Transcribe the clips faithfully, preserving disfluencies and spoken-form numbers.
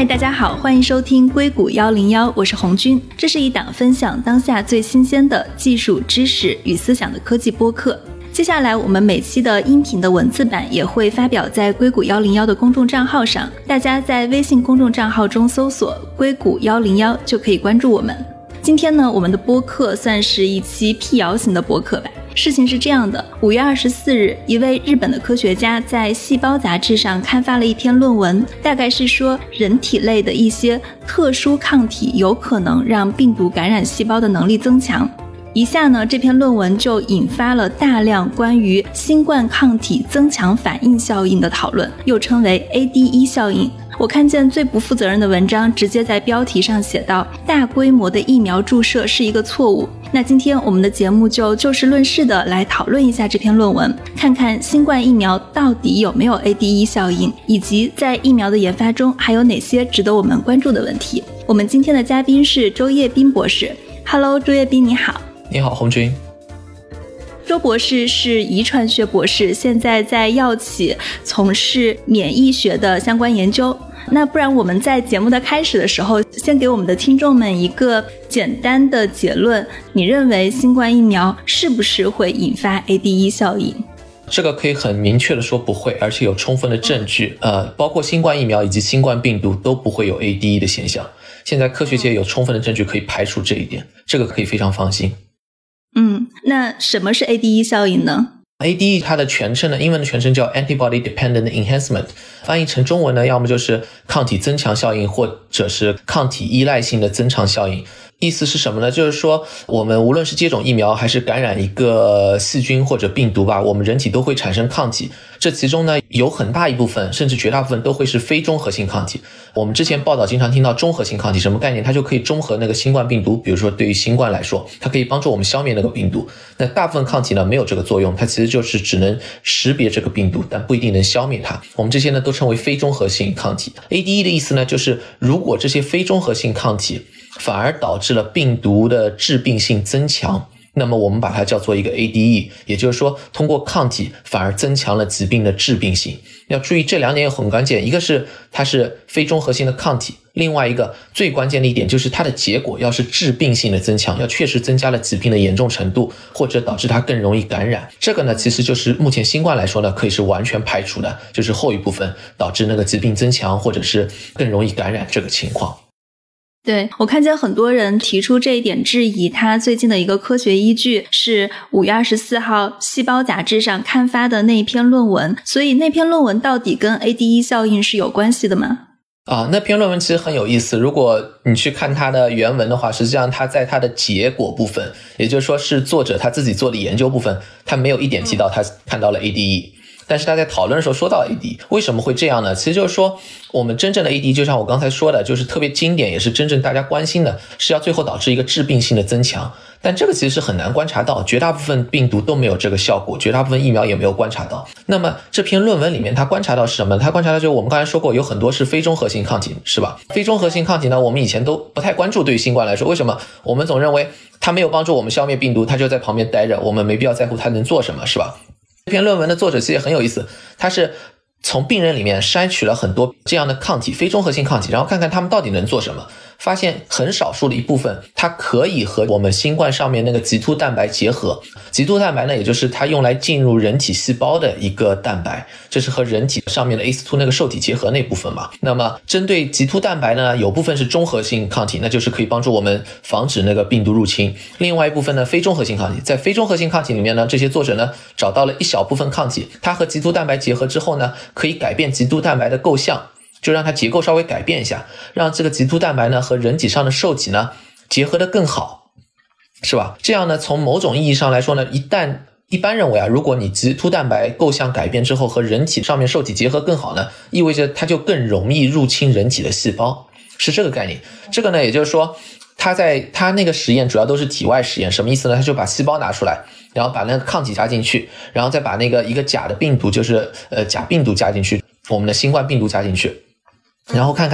嗨，大家好，欢迎收听硅谷一零一，我是红军。这是一档分享当下最新鲜的技术知识与思想的科技播客。接下来我们每期的音频的文字版也会发表在硅谷一零一的公众账号上，大家在微信公众账号中搜索硅谷一零一就可以关注我们。今天呢，我们的播客算是一期辟谣型的播客吧。事情是这样的，五月二十四日，一位日本的科学家在《细胞》杂志上刊发了一篇论文，大概是说人体内的一些特殊抗体有可能让病毒感染细胞的能力增强。以下呢，这篇论文就引发了大量关于新冠抗体增强反应效应的讨论，又称为 A D E 效应。我看见最不负责任的文章直接在标题上写道，大规模的疫苗注射是一个错误。那今天我们的节目就就事论事的来讨论一下这篇论文，看看新冠疫苗到底有没有 A D E 效应，以及在疫苗的研发中还有哪些值得我们关注的问题。我们今天的嘉宾是周叶斌博士。 Hello， 周叶斌你好。 你好，红军。 周博士是遗传学博士，现在在药企从事免疫学的相关研究。那不然我们在节目的开始的时候，先给我们的听众们一个简单的结论，你认为新冠疫苗是不是会引发 A D E 效应？ 这个可以很明确的说不会，而且有充分的证据，呃，包括新冠疫苗以及新冠病毒都不会有 A D E 的现象。现在科学界有充分的证据可以排除这一点，这个可以非常放心。 嗯，那什么是 A D E 效应呢？ A D E 它的全称呢，英文的全称叫 Antibody Dependent Enhancement， 翻译成中文呢，要么就是抗体增强效应，或者是抗体依赖性的增强效应。意思是什么呢？就是说我们无论是接种疫苗还是感染一个细菌或者病毒吧，我们人体都会产生抗体，这其中呢有很大一部分甚至绝大部分都会是非中和性抗体。我们之前报道经常听到中和性抗体，什么概念？它就可以中和那个新冠病毒，比如说对于新冠来说，它可以帮助我们消灭那个病毒。那大部分抗体呢没有这个作用，它其实就是只能识别这个病毒，但不一定能消灭它。我们这些呢都称为非中和性抗体。 A D E 的意思呢，就是如果这些非中和性抗体反而导致了病毒的致病性增强，那么我们把它叫做一个 A D E， 也就是说通过抗体反而增强了疾病的致病性。要注意这两点很关键，一个是它是非中和性的抗体，另外一个最关键的一点就是它的结果要是致病性的增强，要确实增加了疾病的严重程度，或者导致它更容易感染。这个呢其实就是目前新冠来说呢可以是完全排除的，就是后一部分导致那个疾病增强或者是更容易感染这个情况。 对，我看见很多人提出这一点质疑，他最近的一个科学依据是五月二十四号《细胞》杂志上刊发的那一篇论文，所以那篇论文到底跟 A D E 效应是有关系的吗？ 啊，那篇论文其实很有意思，如果你去看它的原文的话，实际上它在它的结果部分，也就是说是作者他自己做的研究部分，他没有一点提到他看到了 A D E，但是他在讨论的时候说到 A D E， 为什么会这样呢？其实就是说我们真正的 A D E 就像我刚才说的，就是特别经典也是真正大家关心的，是要最后导致一个致病性的增强，但这个其实是很难观察到，绝大部分病毒都没有这个效果，绝大部分疫苗也没有观察到。那么这篇论文里面他观察到是什么？他观察到就是我们刚才说过有很多是非中和性抗体，是吧？非中和性抗体呢我们以前都不太关注，对于新冠来说，为什么？我们总认为它没有帮助我们消灭病毒，它就在旁边待着，我们没必要在乎它能做什么，是吧？这篇论文的作者其实也很有意思，他是从病人里面筛取了很多这样的抗体，非中和性抗体，然后看看他们到底能做什么。发现很少数的一部分它可以和我们新冠上面那个棘突蛋白结合。棘突蛋白呢，也就是它用来进入人体细胞的一个蛋白，这是和人体上面的 A C E 二 那个受体结合那部分嘛。那么针对棘突蛋白呢，有部分是中和性抗体，那就是可以帮助我们防止那个病毒入侵。另外一部分呢，非中和性抗体，在非中和性抗体里面呢，这些作者呢找到了一小部分抗体，它和棘突蛋白结合之后呢，可以改变棘突蛋白的构象，就让它结构稍微改变一下，让这个棘突蛋白呢和人体上的受体呢结合得更好，是吧？这样呢，从某种意义上来说呢，一旦一般认为啊，如果你棘突蛋白构象改变之后和人体上面受体结合更好呢，意味着它就更容易入侵人体的细胞，是这个概念。这个呢，也就是说他在他那个实验主要都是体外实验，什么意思呢？他就把细胞拿出来，然后把那个抗体加进去，然后再把那个一个假的病毒，就是呃假病毒加进去，我们的新冠病毒加进去，然后看看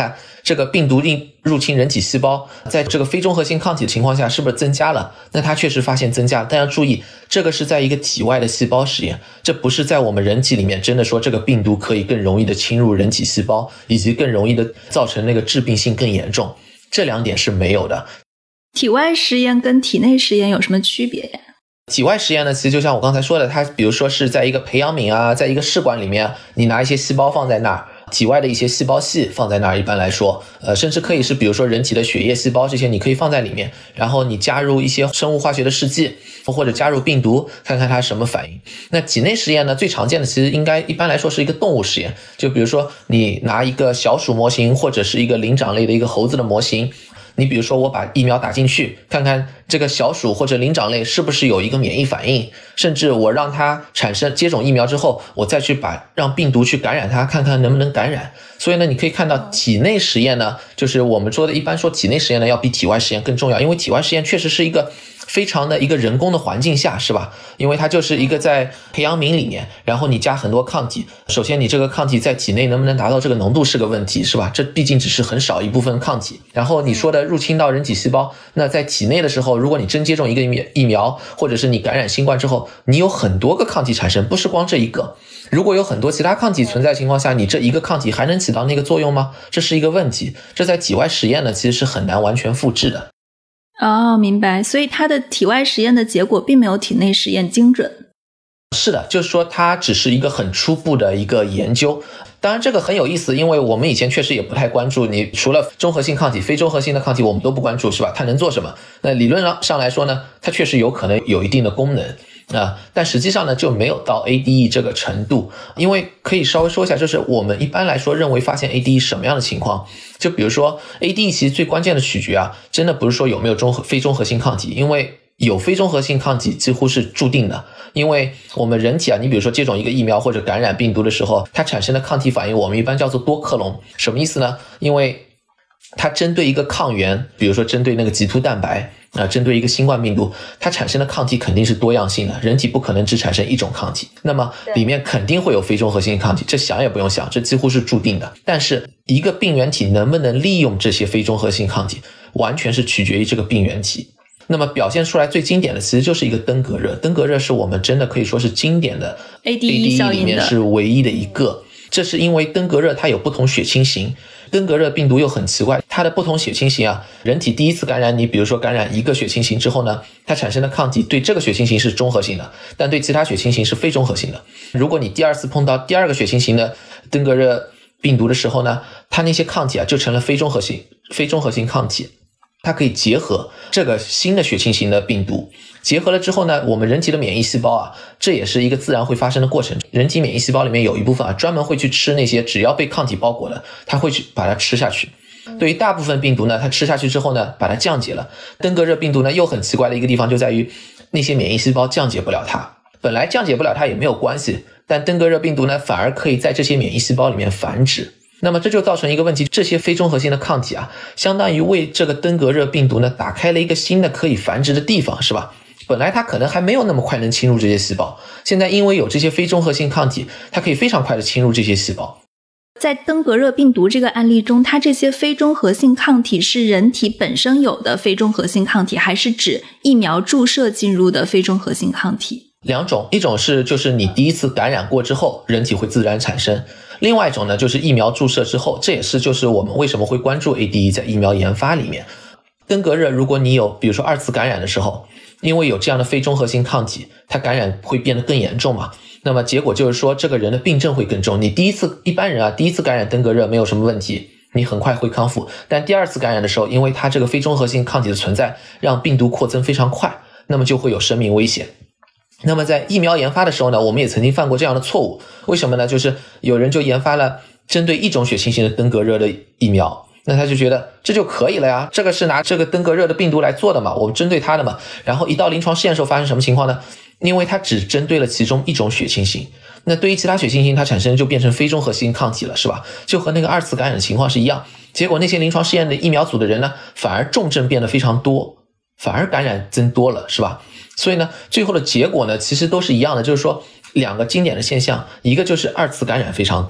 这个病毒入侵人体细胞在这个非中和性抗体的情况下是不是增加了？那它确实发现增加了，但要注意，这个是在一个体外的细胞实验，这不是在我们人体里面真的说这个病毒可以更容易的侵入人体细胞，以及更容易的造成那个致病性更严重，这两点是没有的。 体外实验跟体内实验有什么区别呀？ 体外实验呢，其实就像我刚才说的，它比如说是在一个培养皿啊，在一个试管里面，你拿一些细胞放在那儿，体外的一些细胞系放在那儿，一般来说呃，甚至可以是比如说人体的血液细胞，这些你可以放在里面，然后你加入一些生物化学的试剂，或者加入病毒，看看它什么反应。那体内实验呢，最常见的其实应该一般来说是一个动物实验，就比如说你拿一个小鼠模型，或者是一个灵长类的一个猴子的模型，你比如说我把疫苗打进去，看看这个小鼠或者灵长类是不是有一个免疫反应，甚至我让它产生接种疫苗之后，我再去把让病毒去感染它，看看能不能感染。所以呢，你可以看到体内实验呢，就是我们说的一般说体内实验呢要比体外实验更重要，因为体外实验确实是一个非常的一个人工的环境下，是吧？因为它就是一个在培养皿里面，然后你加很多抗体，首先你这个抗体在体内能不能达到这个浓度是个问题，是吧？这毕竟只是很少一部分抗体。然后你说的入侵到人体细胞，那在体内的时候，如果你真接种一个疫苗，或者是你感染新冠之后，你有很多个抗体产生，不是光这一个。如果有很多其他抗体存在的情况下，你这一个抗体还能起到那个作用吗？这是一个问题。这在体外实验呢，其实是很难完全复制的。 哦，明白。所以它的体外实验的结果并没有体内实验精准。 是的，就是说它只是一个很初步的一个研究。当然这个很有意思，因为我们以前确实也不太关注，你除了中和性抗体，非中和性的抗体我们都不关注，是吧？它能做什么？那理论上来说呢，它确实有可能有一定的功能啊，但实际上呢就没有到 A D E 这个程度。因为可以稍微说一下，就是我们一般来说认为发现 A D E 什么样的情况，就比如说 A D E 其实最关键的取决啊，真的不是说有没有中和非中和性抗体，因为有非中和性抗体几乎是注定的。因为我们人体啊，你比如说接种一个疫苗或者感染病毒的时候，它产生的抗体反应我们一般叫做多克隆。什么意思呢？因为它针对一个抗原，比如说针对那个棘突蛋白啊、呃，针对一个新冠病毒，它产生的抗体肯定是多样性的，人体不可能只产生一种抗体，那么里面肯定会有非中和性抗体，这想也不用想，这几乎是注定的。但是一个病原体能不能利用这些非中和性抗体，完全是取决于这个病原体。那么表现出来最经典的其实就是一个登革热，登革热是我们真的可以说是经典的 A D E 效应的 A D E 里面是唯一的一个。这是因为登革热它有不同血清型，登革热病毒又很奇怪，它的不同血清型啊，人体第一次感染你比如说感染一个血清型之后呢，它产生的抗体对这个血清型是中和性的，但对其他血清型是非中和性的。如果你第二次碰到第二个血清型的登革热病毒的时候呢，它那些抗体啊就成了非中和性非中和性抗体，它可以结合这个新的血清型的病毒，结合了之后呢，我们人体的免疫细胞啊，这也是一个自然会发生的过程。人体免疫细胞里面有一部分啊，专门会去吃那些只要被抗体包裹的，它会去把它吃下去。对于大部分病毒呢，它吃下去之后呢，把它降解了。登革热病毒呢，又很奇怪的一个地方就在于，那些免疫细胞降解不了它。本来降解不了它也没有关系，但登革热病毒呢，反而可以在这些免疫细胞里面繁殖。那么这就造成一个问题，这些非中和性的抗体啊，相当于为这个登革热病毒呢打开了一个新的可以繁殖的地方，是吧？本来它可能还没有那么快能侵入这些细胞，现在因为有这些非中和性抗体，它可以非常快的侵入这些细胞。 在登革热病毒这个案例中，它这些非中和性抗体是人体本身有的非中和性抗体，还是指疫苗注射进入的非中和性抗体？ 两种，一种是就是你第一次感染过之后人体会自然产生，另外一种呢就是疫苗注射之后，这也是就是我们为什么会关注 A D E 在疫苗研发里面。登革热如果你有比如说二次感染的时候，因为有这样的非中和性抗体，它感染会变得更严重嘛，那么结果就是说这个人的病症会更重。你第一次一般人啊第一次感染登革热没有什么问题，你很快会康复，但第二次感染的时候，因为它这个非中和性抗体的存在，让病毒扩增非常快，那么就会有生命危险。那么在疫苗研发的时候呢，我们也曾经犯过这样的错误。为什么呢？就是有人就研发了针对一种血清型的登革热的疫苗，那他就觉得这就可以了呀，这个是拿这个登革热的病毒来做的嘛，我们针对它的嘛。然后一到临床试验的时候发生什么情况呢？因为它只针对了其中一种血清型，那对于其他血清型它产生就变成非中和性抗体了，是吧？就和那个二次感染的情况是一样。结果那些临床试验的疫苗组的人呢，反而重症变得非常多，反而感染增多了，是吧？所以呢，最后的结果呢，其实都是一样的，就是说两个经典的现象，一个就是二次感染非常多，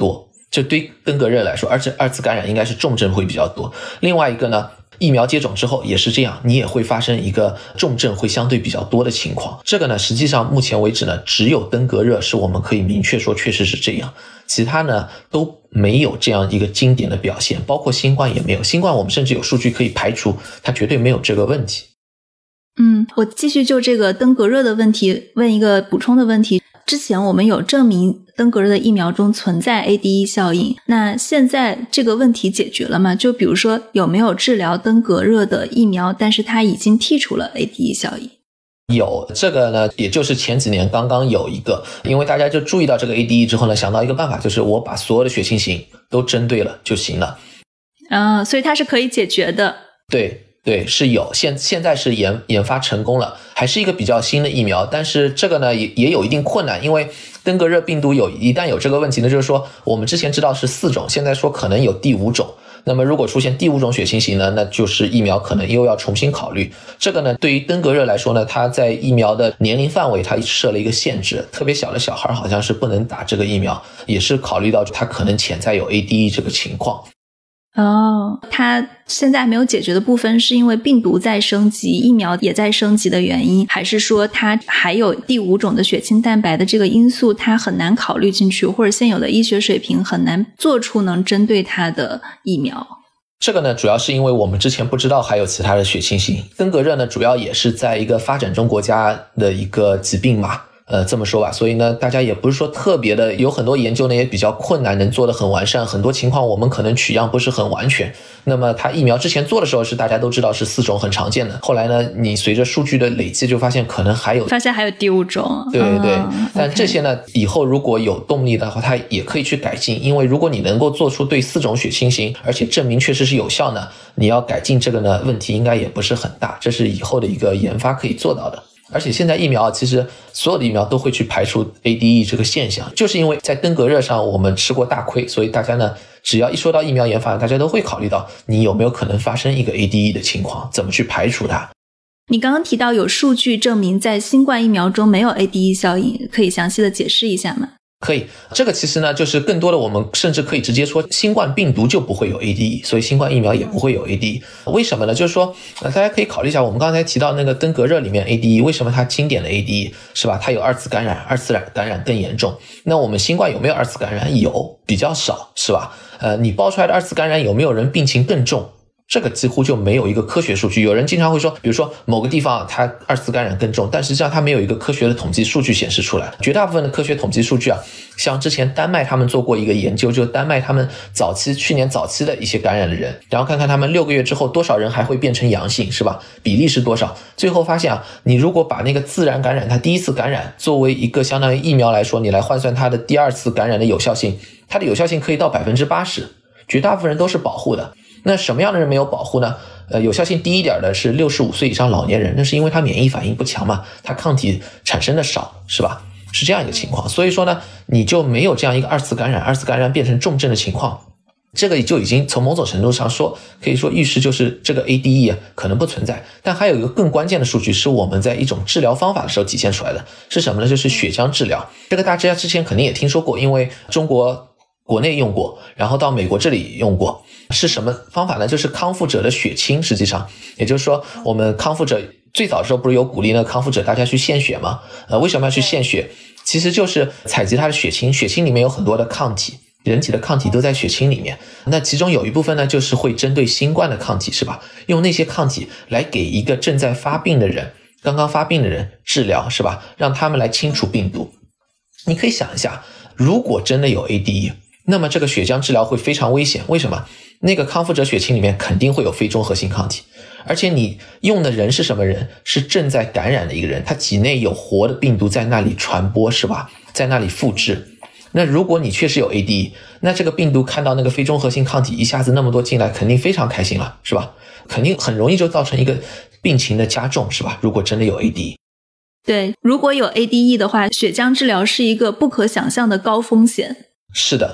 就对登革热来说，而且二次感染应该是重症会比较多。另外一个呢，疫苗接种之后也是这样，你也会发生一个重症会相对比较多的情况。这个呢，实际上目前为止呢，只有登革热是我们可以明确说确实是这样，其他呢都没有这样一个经典的表现，包括新冠也没有。新冠我们甚至有数据可以排除它绝对没有这个问题。 嗯，我继续就这个登革热的问题问一个补充的问题。之前我们有证明登革热的疫苗中存在 A D E 效应，那现在这个问题解决了吗？就比如说有没有治疗登革热的疫苗，但是它已经剔除了 A D E 效应？ 有，这个呢也就是前几年刚刚有一个，因为大家就注意到这个 A D E 之后呢，想到一个办法，就是我把所有的血清型都针对了就行了。 啊，所以它是可以解决的。 对对，是有，现现在是研研发成功了，还是一个比较新的疫苗，但是这个呢也也有一定困难，因为登革热病毒有一旦有这个问题呢，就是说我们之前知道是四种，现在说可能有第五种，那么如果出现第五种血清型呢，那就是疫苗可能又要重新考虑。这个呢对于登革热来说呢，它在疫苗的年龄范围它设了一个限制，特别小的小孩好像是不能打这个疫苗，也是考虑到它可能潜在有 A D E 这个情况。 哦，它现在没有解决的部分是因为病毒在升级，疫苗也在升级的原因，还是说它还有第五种的血清蛋白的这个因素它很难考虑进去，或者现有的医学水平很难做出能针对它的疫苗？ 这个呢主要是因为我们之前不知道还有其他的血清型。登革热呢主要也是在一个发展中国家的一个疾病嘛，呃，这么说吧，所以呢，大家也不是说特别的，有很多研究呢也比较困难，能做得很完善，很多情况我们可能取样不是很完全。那么它疫苗之前做的时候是大家都知道是四种很常见的，后来呢，你随着数据的累积就发现可能还有， 发现还有第五种， 对对对， 嗯、 但这些呢，以后如果有动力的话，它也可以去改进，因为如果你能够做出对四种血清型，而且证明确实是有效呢，你要改进这个呢，问题应该也不是很大，这是以后的一个研发可以做到的。而且现在疫苗其实所有的疫苗都会去排除 A D E 这个现象，就是因为在登革热上我们吃过大亏，所以大家呢只要一说到疫苗研发，大家都会考虑到你有没有可能发生一个 A D E 的情况，怎么去排除它。 你刚刚提到有数据证明在新冠疫苗中没有 A D E 效应，可以详细的解释一下吗？ 可以，这个其实呢就是更多的我们甚至可以直接说新冠病毒就不会有 A D E， 所以新冠疫苗也不会有 A D E。 为什么呢？就是说大家可以考虑一下，我们刚才提到那个登革热里面 A D E， 为什么它经典的 A D E 是吧，它有二次感染，二次感染更严重。那我们新冠有没有二次感染？有，比较少是吧。呃，你爆出来的二次感染有没有人病情更重？这个几乎就没有一个科学数据。有人经常会说，比如说某个地方它二次感染更重，但实际上它没有一个科学的统计数据显示出来。绝大部分的科学统计数据啊，像之前丹麦他们做过一个研究，就是丹麦他们早期去年早期的一些感染的人，然后看看他们六个月之后多少人还会变成阳性，是吧？比例是多少？最后发现啊，你如果把那个自然感染，它第一次感染作为一个相当于疫苗来说，你来换算它的第二次感染的有效性，它的有效性可以到 百分之八十， 绝大部分人都是保护的。那什么样的人没有保护呢？呃，有效性低一点的是六十五岁以上老年人，那是因为他免疫反应不强嘛，他抗体产生的少，是吧？是这样一个情况。所以说呢，你就没有这样一个二次感染，二次感染变成重症的情况。这个就已经从某种程度上说，可以说预示就是这个 A D E 可能不存在。但还有一个更关键的数据是我们在一种治疗方法的时候体现出来的，是什么呢？就是血浆治疗。这个大家之前肯定也听说过，因为中国国内用过，然后到美国这里用过。是什么方法呢？就是康复者的血清，实际上也就是说我们康复者最早的时候不是有鼓励那个康复者大家去献血吗？呃，为什么要去献血？其实就是采集他的血清，血清里面有很多的抗体，人体的抗体都在血清里面，那其中有一部分呢就是会针对新冠的抗体，是吧？用那些抗体来给一个正在发病的人，刚刚发病的人治疗，是吧？让他们来清除病毒。你可以想一下，如果真的有 A D E， 那么这个血浆治疗会非常危险。为什么？那个康复者血清里面肯定会有非中和性抗体，而且你用的人是什么人？是正在感染的一个人，他体内有活的病毒在那里传播，是吧？在那里复制。那如果你确实有 A D E， 那这个病毒看到那个非中和性抗体一下子那么多进来，肯定非常开心了，是吧？肯定很容易就造成一个病情的加重，是吧？如果真的有 A D E。 对，如果有 A D E 的话，血浆治疗是一个不可想象的高风险。 是的。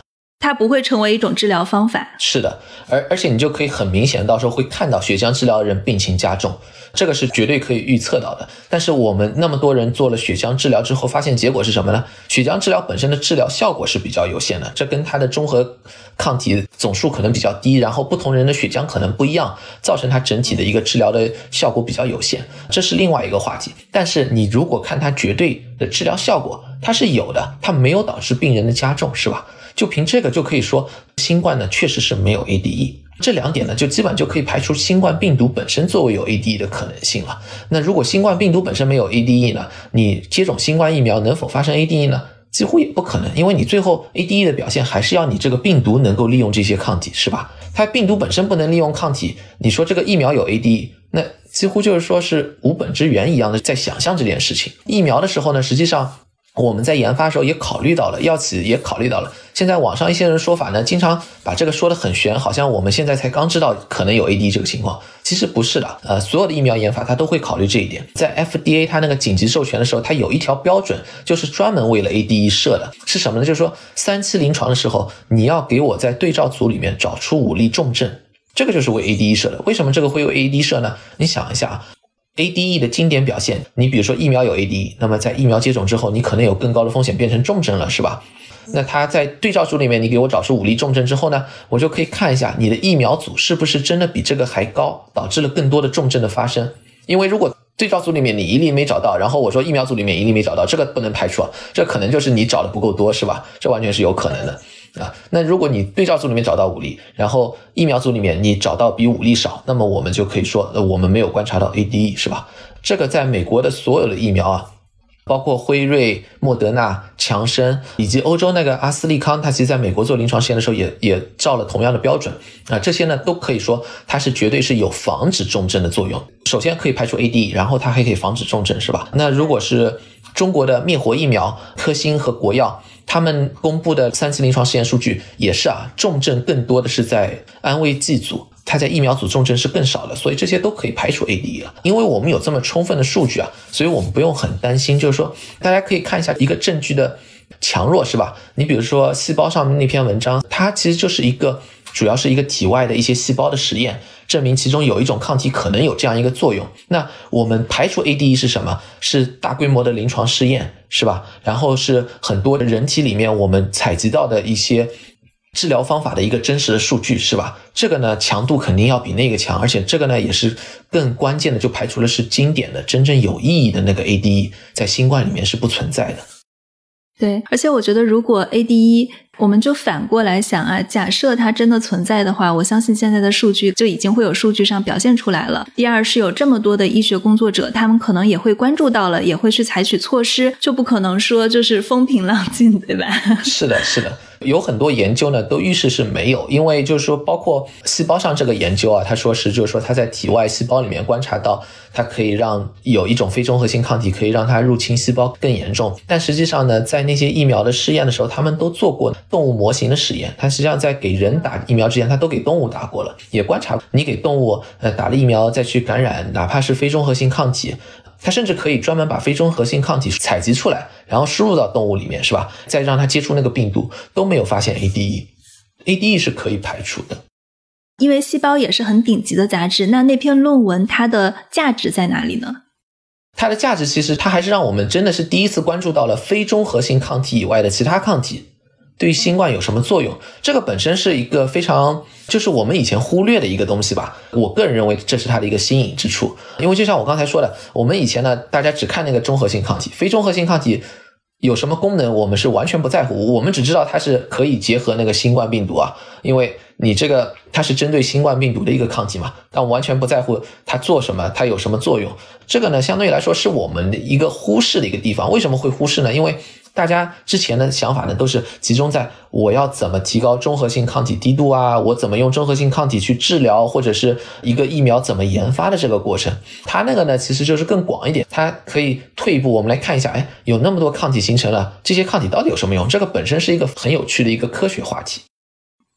它不会成为一种治疗方法。 是的，而而且你就可以很明显到时候会看到血浆治疗的人病情加重，这个是绝对可以预测到的。但是我们那么多人做了血浆治疗之后，发现结果是什么呢？血浆治疗本身的治疗效果是比较有限的，这跟它的中和抗体总数可能比较低，然后不同人的血浆可能不一样，造成它整体的一个治疗的效果比较有限，这是另外一个话题。但是你如果看它绝对的治疗效果，它是有的，它没有导致病人的加重，是吧？就凭这个就可以说新冠呢确实是没有 A D E， 这两点呢就基本就可以排除新冠病毒本身作为有 A D E 的可能性了。那如果新冠病毒本身没有 A D E 呢，你接种新冠疫苗能否发生 A D E 呢？几乎也不可能，因为你最后 A D E 的表现还是要你这个病毒能够利用这些抗体，是吧？它病毒本身不能利用抗体，你说这个疫苗有 A D E， 那几乎就是说是无本之源一样的在想象这件事情。疫苗的时候呢，实际上我们在研发的时候也考虑到了，药企也考虑到了。现在网上一些人说法呢，经常把这个说得很玄，好像我们现在才刚知道可能有 A D E 这个情况。其实不是的，呃，所有的疫苗研发它都会考虑这一点。在 F D A 它那个紧急授权的时候，它有一条标准，就是专门为了 A D E 设的。是什么呢？就是说三期临床的时候，你要给我在对照组里面找出五例重症，这个就是为 A D E 设的。为什么这个会为 A D E 设呢？你想一下A D E 的经典表现，你比如说疫苗有 A D E， 那么在疫苗接种之后，你可能有更高的风险变成重症了，是吧？那它在对照组里面，你给我找出五例重症之后呢，我就可以看一下你的疫苗组是不是真的比这个还高，导致了更多的重症的发生。因为如果对照组里面你一例没找到，然后我说疫苗组里面一例没找到，这个不能排除啊，这可能就是你找的不够多，是吧？这完全是有可能的啊。那如果你对照组里面找到五例，然后疫苗组里面你找到比五例少，那么我们就可以说呃我们没有观察到 A D E， 是吧？这个在美国的所有的疫苗啊，包括辉瑞、莫德纳、强生以及欧洲那个阿斯利康，它其实在美国做临床实验的时候也也照了同样的标准啊，这些呢都可以说它是绝对是有防止重症的作用。首先可以排除 A D E， 然后它还可以防止重症，是吧？那如果是中国的灭活疫苗科兴和国药，他们公布的三期临床实验数据也是啊，重症更多的是在安慰剂组，它在疫苗组重症是更少的，所以这些都可以排除 A D E 了。因为我们有这么充分的数据啊，所以我们不用很担心，就是说大家可以看一下一个证据的强弱，是吧？你比如说细胞上面那篇文章，它其实就是一个主要是一个体外的一些细胞的实验，证明其中有一种抗体可能有这样一个作用。那我们排除 A D E 是什么？是大规模的临床试验，是吧？然后是很多人体里面我们采集到的一些治疗方法的一个真实的数据，是吧？这个呢强度肯定要比那个强，而且这个呢也是更关键的，就排除了是经典的真正有意义的那个 A D E， 在新冠里面是不存在的。 对，而且我觉得如果 A D E 我们就反过来想啊，假设它真的存在的话，我相信现在的数据就已经会有数据上表现出来了。第二是有这么多的医学工作者，他们可能也会关注到了，也会去采取措施，就不可能说就是风平浪静，对吧？ 是的，是的。有很多研究呢都预示是没有，因为就是说包括细胞上这个研究啊，他说是就是说他在体外细胞里面观察到它可以让有一种非中和性抗体可以让它入侵细胞更严重，但实际上呢在那些疫苗的试验的时候，他们都做过动物模型的实验，它实际上在给人打疫苗之前他都给动物打过了，也观察你给动物呃打了疫苗再去感染哪怕是非中和性抗体，它甚至可以专门把非中和性抗体采集出来，然后输入到动物里面，是吧？再让它接触那个病毒，都没有发现 A D E。A D E 是可以排除的。 因为细胞也是很顶级的杂志，那那篇论文它的价值在哪里呢？ 它的价值其实它还是让我们真的是第一次关注到了非中和性抗体以外的其他抗体对于新冠有什么作用，这个本身是一个非常就是我们以前忽略的一个东西吧，我个人认为这是它的一个新颖之处。因为就像我刚才说的，我们以前呢大家只看那个中和性抗体，非中和性抗体有什么功能我们是完全不在乎，我们只知道它是可以结合那个新冠病毒啊，因为你这个它是针对新冠病毒的一个抗体嘛，但我完全不在乎它做什么，它有什么作用。这个呢相对来说是我们的一个忽视的一个地方。为什么会忽视呢？因为大家之前的想法呢都是集中在我要怎么提高中和性抗体低度啊，我怎么用中和性抗体去治疗，或者是一个疫苗怎么研发的这个过程。它那个呢其实就是更广一点，它可以退一步我们来看一下，哎，有那么多抗体形成了，这些抗体到底有什么用，这个本身是一个很有趣的一个科学话题。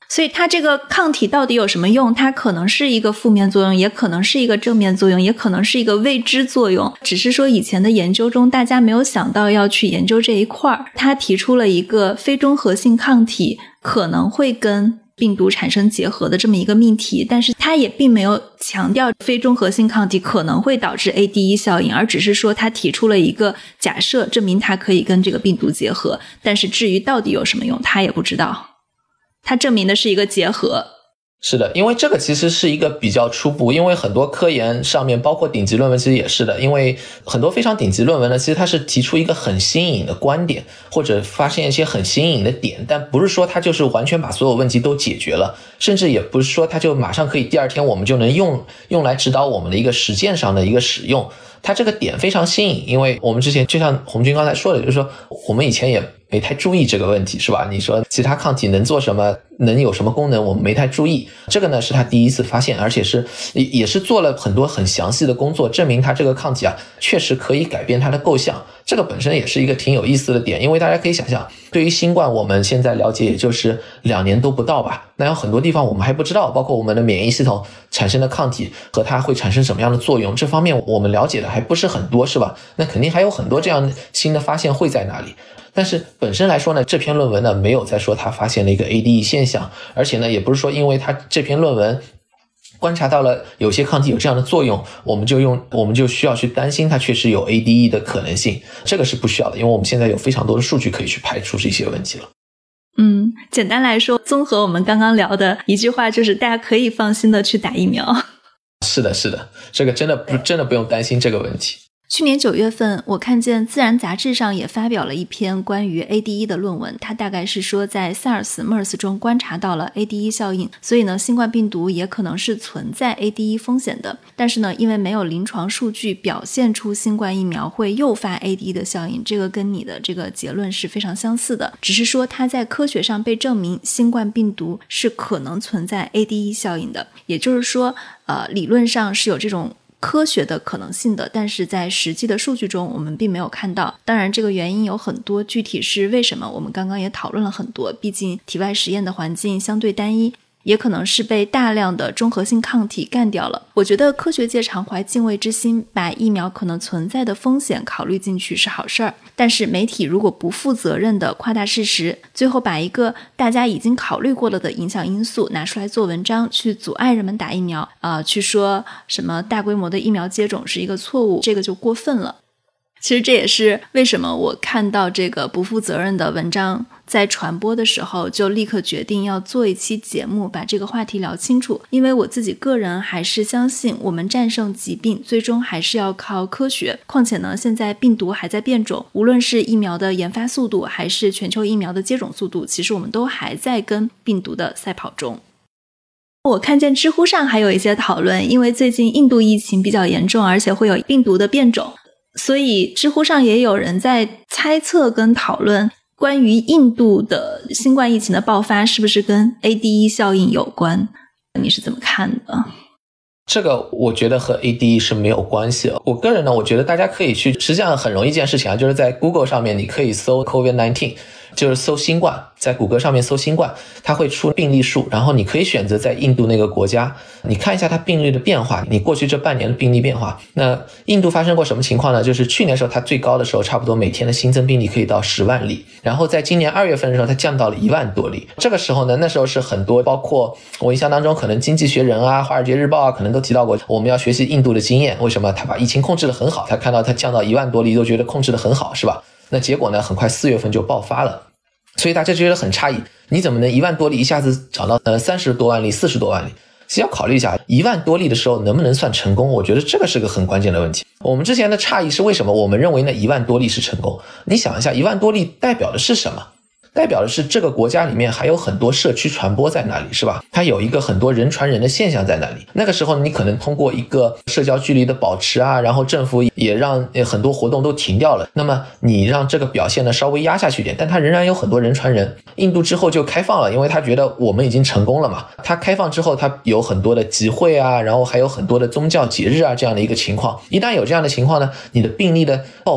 所以它这个抗体到底有什么用？它可能是一个负面作用，也可能是一个正面作用，也可能是一个未知作用。只是说以前的研究中，大家没有想到要去研究这一块。他提出了一个非中和性抗体可能会跟病毒产生结合的这么一个命题，但是他也并没有强调非中和性抗体可能会导致 A D E 效应，而只是说他提出了一个假设，证明它可以跟这个病毒结合，但是至于到底有什么用，他也不知道。它证明的是一个结合。 是的，因为这个其实是一个比较初步，因为很多科研上面包括顶级论文其实也是的，因为很多非常顶级论文呢，其实它是提出一个很新颖的观点，或者发现一些很新颖的点，但不是说它就是完全把所有问题都解决了，甚至也不是说它就马上可以第二天我们就能用用来指导我们的一个实践上的一个使用。它这个点非常新颖，因为我们之前就像红军刚才说的，就是说我们以前也没太注意这个问题，是吧？你说其他抗体能做什么，能有什么功能，我们没太注意。这个呢是他第一次发现，而且是也是做了很多很详细的工作，证明它这个抗体啊确实可以改变它的构象。这个本身也是一个挺有意思的点，因为大家可以想象，对于新冠我们现在了解也就是两年都不到吧，那有很多地方我们还不知道，包括我们的免疫系统产生的抗体和它会产生什么样的作用，这方面我们了解的还不是很多，是吧？那肯定还有很多这样新的发现会在哪里。但是本身来说呢，这篇论文呢没有在说他发现了一个 A D E 现象，而且呢也不是说因为他这篇论文观察到了有些抗体有这样的作用，我们就用我们就需要去担心它确实有 A D E 的可能性，这个是不需要的，因为我们现在有非常多的数据可以去排除这些问题了。 嗯，简单来说，综合我们刚刚聊的一句话，就是大家可以放心的去打疫苗。 是的，是的，这个真的不真的不用担心这个问题。 去年九月份，我看见《自然》杂志上也发表了一篇关于 A D E 的论文，它大概是说在 SARS、MERS 中观察到了 A D E 效应，所以呢，新冠病毒也可能是存在 A D E 风险的。但是呢，因为没有临床数据表现出新冠疫苗会诱发 A D E 的效应，这个跟你的这个结论是非常相似的，只是说它在科学上被证明新冠病毒是可能存在 A D E 效应的，也就是说，呃，理论上是有这种科学的可能性的，但是在实际的数据中我们并没有看到。当然这个原因有很多，具体是为什么我们刚刚也讨论了很多，毕竟体外实验的环境相对单一，也可能是被大量的中和性抗体干掉了。我觉得科学界常怀敬畏之心，把疫苗可能存在的风险考虑进去是好事儿，但是媒体如果不负责任的夸大事实，最后把一个大家已经考虑过了的影响因素拿出来做文章，去阻碍人们打疫苗啊、呃，去说什么大规模的疫苗接种是一个错误，这个就过分了。其实这也是为什么我看到这个不负责任的文章在传播的时候，就立刻决定要做一期节目把这个话题聊清楚。因为我自己个人还是相信我们战胜疾病最终还是要靠科学，况且呢现在病毒还在变种，无论是疫苗的研发速度还是全球疫苗的接种速度，其实我们都还在跟病毒的赛跑中。我看见知乎上还有一些讨论，因为最近印度疫情比较严重，而且会有病毒的变种，所以知乎上也有人在猜测跟讨论关于印度的新冠疫情的爆发是不是跟 A D E 效应有关，你是怎么看的？ 这个我觉得和 A D E 是没有关系的。我个人呢，我觉得大家可以去，实际上很容易一件事情啊，就是在 Google 上面你可以搜 COVID 十九， 就是搜新冠，在谷歌上面搜新冠，它会出病例数，然后你可以选择在印度那个国家，你看一下它病例的变化，你过去这半年的病例变化。那印度发生过什么情况呢？就是去年时候它最高的时候，差不多每天的新增病例可以到十万例，然后在今年二月份的时候它降到了一万多例。这个时候呢，那时候是很多，包括我印象当中可能经济学人啊、华尔街日报啊可能都提到过，我们要学习印度的经验，为什么他把疫情控制得很好，他看到它降到一万多例都觉得控制得很好，是吧？那结果呢，很快四月份就爆发了，所以大家觉得很诧异，你怎么能一万多例一下子涨到呃三十多万例、四十多万例？其实要考虑一下，一万多例的时候能不能算成功？我觉得这个是个很关键的问题。我们之前的诧异是为什么？我们认为那一万多例是成功。你想一下，一万多例代表的是什么？代表的是这个国家里面还有很多社区传播在那里，是吧？它有一个很多人传人的现象在那里。那个时候你可能通过一个社交距离的保持啊，然后政府也让很多活动都停掉了，那么你让这个表现呢稍微压下去一点，但它仍然有很多人传人。印度之后就开放了，因为他觉得我们已经成功了嘛。它开放之后，它有很多的集会啊，然后还有很多的宗教节日啊，这样的一个情况。一旦有这样的情况呢，你的病例的爆发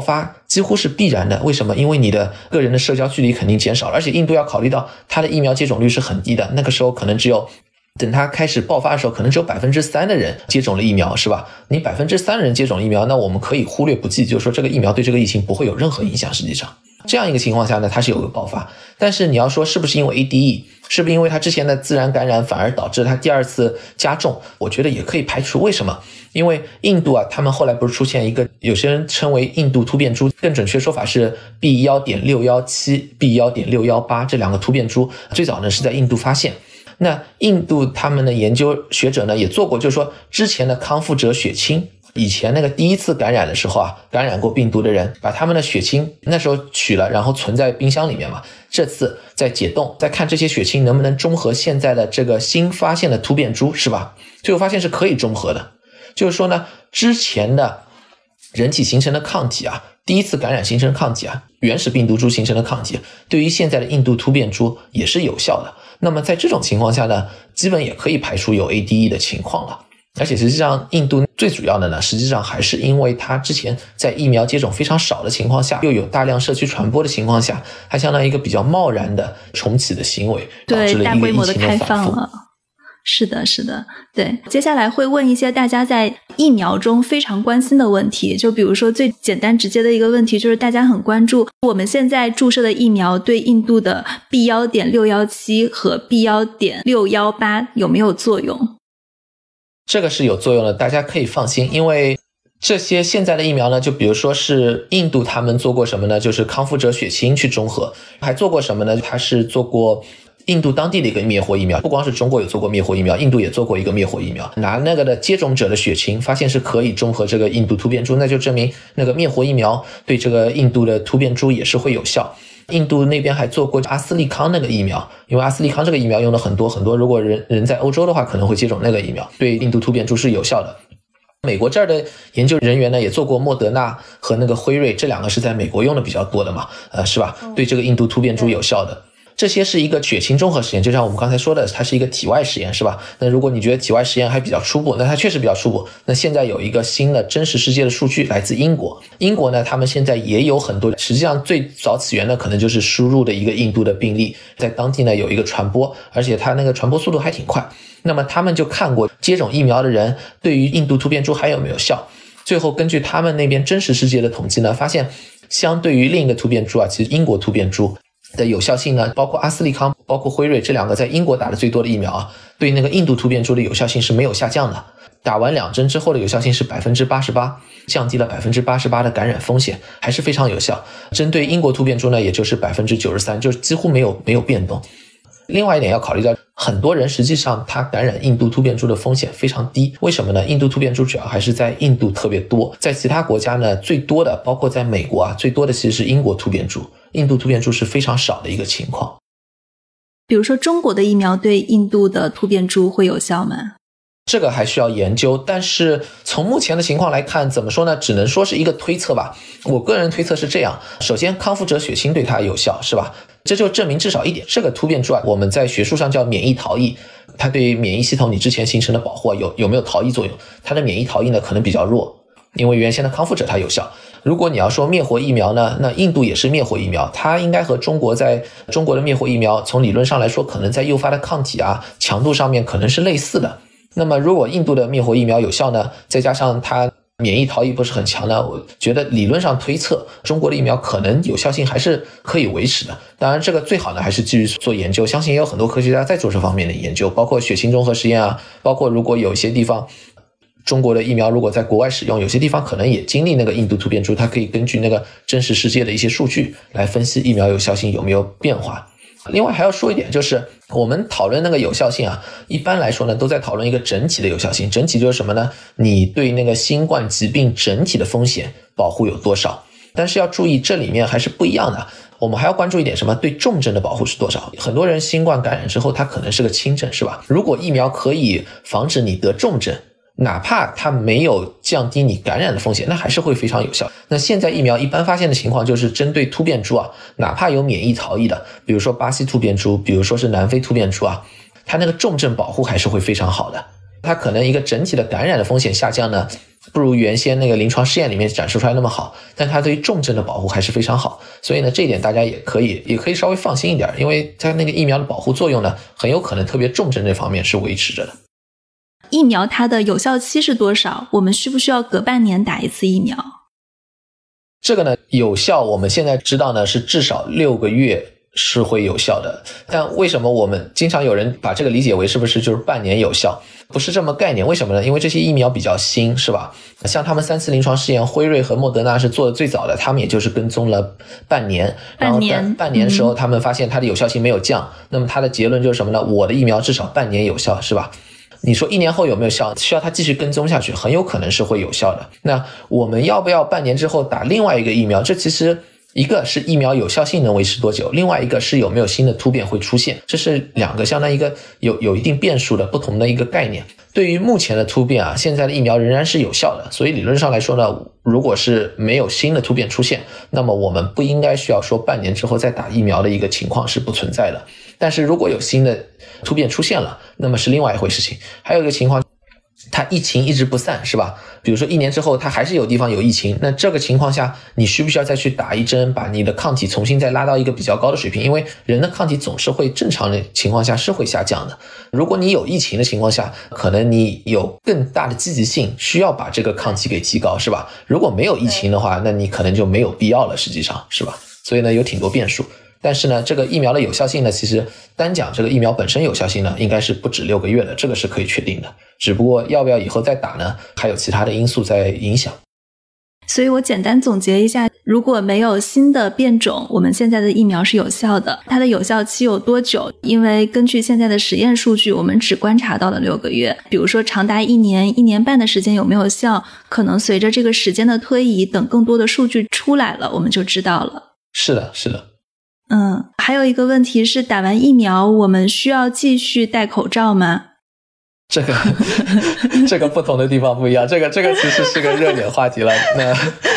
几乎是必然的。为什么？因为你的个人的社交距离肯定减少了，而且印度要考虑到它的疫苗接种率是很低的，那个时候可能只有等它开始爆发的时候，可能只有 百分之三 的人接种了疫苗，是吧？你 百分之三 的人接种了疫苗，那我们可以忽略不计，就是说这个疫苗对这个疫情不会有任何影响。实际上这样一个情况下呢，它是有个爆发。但是你要说是不是因为 A D E， 是不是因为它之前的自然感染反而导致它第二次加重，我觉得也可以排除。为什么？因为印度啊，他们后来不是出现一个有些人称为印度突变株，更准确说法是 B 一点六一七 B 一点六一八 这两个突变株，最早呢是在印度发现。那印度他们的研究学者呢也做过，就是说之前的康复者血清，以前那个第一次感染的时候啊，感染过病毒的人，把他们的血清那时候取了，然后存在冰箱里面嘛。这次再解冻，再看这些血清能不能中和现在的这个新发现的突变株，是吧？最后发现是可以中和的。就是说呢，之前的人体形成的抗体啊，第一次感染形成的抗体啊，原始病毒株形成的抗体，对于现在的印度突变株也是有效的。那么在这种情况下呢，基本也可以排除有 A D E 的情况了。而且实际上印度最主要的呢，实际上还是因为它之前在疫苗接种非常少的情况下，又有大量社区传播的情况下，它相当于一个比较贸然的重启的行为，导致了一个疫情的反复。对，大规模的开放了。 是的，是的，对。接下来会问一些大家在疫苗中非常关心的问题，就比如说最简单直接的一个问题，就是大家很关注我们现在注射的疫苗对印度的 B 一点六一七 和 B 一点六一八 有没有作用？ 这个是有作用的，大家可以放心，因为这些现在的疫苗呢，就比如说是印度他们做过什么呢？就是康复者血清去中和，还做过什么呢？他是做过印度当地的一个灭活疫苗，不光是中国有做过灭活疫苗，印度也做过一个灭活疫苗，拿那个的接种者的血清发现是可以中和这个印度突变株，那就证明那个灭活疫苗对这个印度的突变株也是会有效。印度那边还做过阿斯利康那个疫苗，因为阿斯利康这个疫苗用了很多很多，如果人人在欧洲的话可能会接种那个疫苗，对印度突变株是有效的。美国这儿的研究人员呢也做过莫德纳和那个辉瑞，这两个是在美国用的比较多的嘛，呃，是吧？对这个印度突变株有效的。这些是一个血清中和实验，就像我们刚才说的，它是一个体外实验，是吧？那如果你觉得体外实验还比较初步，那它确实比较初步。那现在有一个新的真实世界的数据来自英国，英国呢，他们现在也有很多，实际上最早起源的可能就是输入的一个印度的病例，在当地呢有一个传播，而且它那个传播速度还挺快。那么他们就看过接种疫苗的人对于印度突变株还有没有效，最后根据他们那边真实世界的统计呢，发现相对于另一个突变株啊，其实英国突变株的有效性呢，包括阿斯利康包括辉瑞这两个在英国打的最多的疫苗啊，对那个印度突变株的有效性是没有下降的，打完两针之后的有效性是 百分之八十八， 降低了 百分之八十八 的感染风险，还是非常有效。针对英国突变株呢，也就是 百分之九十三， 就几乎没有没有变动。另外一点要考虑到，很多人实际上他感染印度突变株的风险非常低，为什么呢？印度突变株主要还是在印度特别多，在其他国家呢，最多的包括在美国啊，最多的其实是英国突变株，印度突变株是非常少的一个情况。 比如说中国的疫苗对印度的突变株会有效吗？ 这个还需要研究，但是从目前的情况来看，怎么说呢？只能说是一个推测吧。我个人推测是这样：首先，康复者血清对它有效，是吧？这就证明至少一点，这个突变株啊，我们在学术上叫免疫逃逸，它对于免疫系统你之前形成的保护有有没有逃逸作用？它的免疫逃逸呢可能比较弱，因为原先的康复者它有效。如果你要说灭活疫苗呢，那印度也是灭活疫苗，它应该和中国在中国的灭活疫苗从理论上来说，可能在诱发的抗体啊强度上面可能是类似的。那么如果印度的灭活疫苗有效呢，再加上它免疫逃逸不是很强呢，我觉得理论上推测中国的疫苗可能有效性还是可以维持的。当然这个最好呢还是继续做研究，相信也有很多科学家在做这方面的研究，包括血清中和实验啊，包括如果有一些地方中国的疫苗如果在国外使用，有些地方可能也经历那个印度突变株，它可以根据那个真实世界的一些数据来分析疫苗有效性有没有变化。另外还要说一点，就是我们讨论那个有效性啊，一般来说呢都在讨论一个整体的有效性。整体就是什么呢？你对那个新冠疾病整体的风险保护有多少？但是要注意这里面还是不一样的，我们还要关注一点什么？对重症的保护是多少？很多人新冠感染之后他可能是个轻症，是吧？如果疫苗可以防止你得重症，哪怕它没有降低你感染的风险，那还是会非常有效。那现在疫苗一般发现的情况就是针对突变株啊，哪怕有免疫逃逸的，比如说巴西突变株，比如说是南非突变株啊，它那个重症保护还是会非常好的。它可能一个整体的感染的风险下降呢， 不如原先那个临床试验里面展示出来那么好，但它对于重症的保护还是非常好。所以呢，这一点大家也可以也可以稍微放心一点，因为它那个疫苗的保护作用呢，很有可能特别重症这方面是维持着的。 疫苗它的有效期是多少？我们需不需要隔半年打一次疫苗？ 这个呢，有效我们现在知道呢是至少六个月是会有效的，但为什么我们经常有人把这个理解为是不是就是半年有效？不是这么概念。为什么呢？因为这些疫苗比较新，是吧？像他们三次临床试验，辉瑞和莫德纳是做的最早的，他们也就是跟踪了半年，然后半半年的时候他们发现它的有效性没有降，嗯、那么它的结论就是什么呢？我的疫苗至少半年有效，是吧？你说一年后有没有效？需要它继续跟踪下去，很有可能是会有效的。那我们要不要半年之后打另外一个疫苗？这其实一个是疫苗有效性能维持多久，另外一个是有没有新的突变会出现，这是两个相当于一个有有一定变数的不同的一个概念。对于目前的突变啊，现在的疫苗仍然是有效的，所以理论上来说呢，如果是没有新的突变出现，那么我们不应该需要说半年之后再打疫苗的一个情况是不存在的。但是如果有新的突变出现了，那么是另外一回事情。还有一个情况，它疫情一直不散，是吧？比如说一年之后它还是有地方有疫情，那这个情况下你需不需要再去打一针，把你的抗体重新再拉到一个比较高的水平？因为人的抗体总是会正常的情况下是会下降的。如果你有疫情的情况下，可能你有更大的积极性需要把这个抗体给提高，是吧？如果没有疫情的话，那你可能就没有必要了，实际上是吧？所以呢，有挺多变数。但是呢，这个疫苗的有效性呢，其实单讲这个疫苗本身有效性呢，应该是不止六个月的，这个是可以确定的。只不过要不要以后再打呢，还有其他的因素在影响。 所以我简单总结一下，如果没有新的变种，我们现在的疫苗是有效的。它的有效期有多久？因为根据现在的实验数据，我们只观察到了六个月。比如说长达一年、一年半的时间有没有效，可能随着这个时间的推移，等更多的数据出来了，我们就知道了。 是的，是的。 嗯，还有一个问题是，打完疫苗我们需要继续戴口罩吗？ 这个这个不同的地方不一样，这个这个其实是个热点话题了。那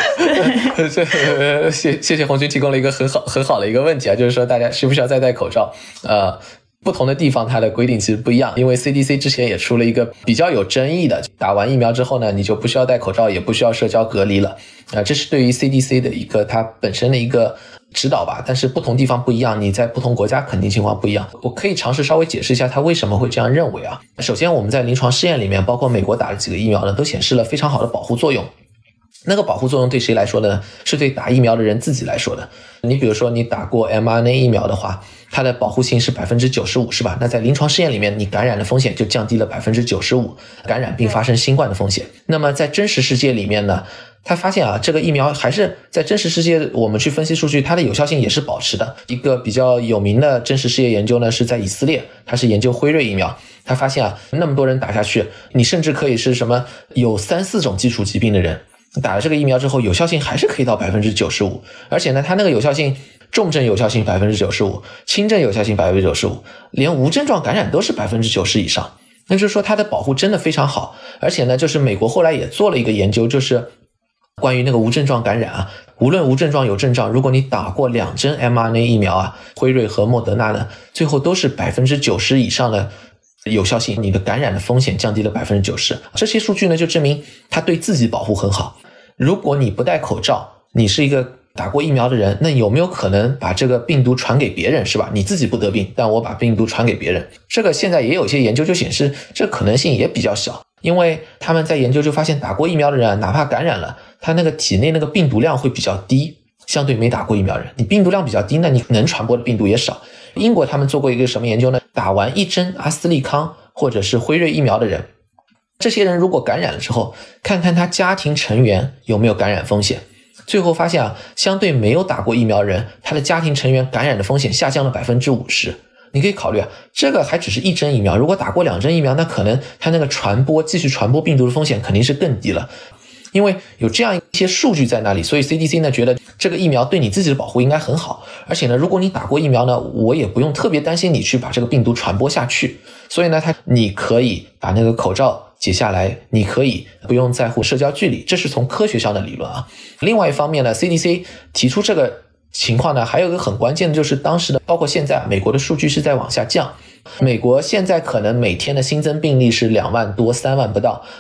这谢谢谢红军提供了一个很好很好的一个问题啊，就是说大家需不需要再戴口罩？呃，不同的地方它的规定其实不一样，因为 C D C 之前也出了一个比较有争议的，打完疫苗之后呢，你就不需要戴口罩，也不需要社交隔离了。啊、呃，这是对于 C D C 的一个它本身的一个指导吧，但是不同地方不一样，你在不同国家肯定情况不一样。我可以尝试稍微解释一下他为什么会这样认为啊。首先我们在临床试验里面，包括美国打的几个疫苗呢，都显示了非常好的保护作用。那个保护作用对谁来说呢？是对打疫苗的人自己来说的。你比如说你打过 M R N A 疫苗的话，它的保护性是 百分之九十五 是吧？那在临床试验里面，你感染的风险就降低了 百分之九十五， 感染并发生新冠的风险。那么在真实世界里面呢，他发现啊，这个疫苗还是在真实世界我们去分析数据，它的有效性也是保持的。一个比较有名的真实世界研究呢，是在以色列，它是研究辉瑞疫苗。他发现啊，那么多人打下去，你甚至可以是什么有三四种基础疾病的人，打了这个疫苗之后，有效性还是可以到 百分之九十五， 而且呢，它那个有效性，重症有效性 百分之九十五， 轻症有效性 百分之九十五， 连无症状感染都是 百分之九十 以上。那就是说它的保护真的非常好。而且呢，就是美国后来也做了一个研究，就是关于那个无症状感染啊，无论无症状有症状，如果你打过两针 M R N A 疫苗啊，辉瑞和莫德纳呢，最后都是 百分之九十 以上的有效性，你的感染的风险降低了 百分之九十。 这些数据呢就证明它对自己保护很好。如果你不戴口罩，你是一个打过疫苗的人，那有没有可能把这个病毒传给别人，是吧？你自己不得病，但我把病毒传给别人，这个现在也有一些研究就显示这可能性也比较小。因为他们在研究就发现打过疫苗的人哪怕感染了，他那个体内那个病毒量会比较低，相对没打过疫苗的人，你病毒量比较低，那你能传播的病毒也少。英国他们做过一个什么研究呢？打完一针阿斯利康或者是辉瑞疫苗的人，这些人如果感染了之后，看看他家庭成员有没有感染风险，最后发现啊，相对没有打过疫苗的人，他的家庭成员感染的风险下降了 百分之五十。你可以考虑啊，这个还只是一针疫苗，如果打过两针疫苗，那可能它那个传播继续传播病毒的风险肯定是更低了。因为有这样一些数据在那里，所以 C D C 呢觉得这个疫苗对你自己的保护应该很好，而且呢，如果你打过疫苗呢，我也不用特别担心你去把这个病毒传播下去。所以呢，它你可以把那个口罩解下来，你可以不用在乎社交距离，这是从科学上的理论啊。另外一方面呢 ，C D C 提出这个情况呢，还有一个很关键的就是当时的包括现在美国的数据是在往下降，美国现在可能每天的新增病例是两万多三万不到，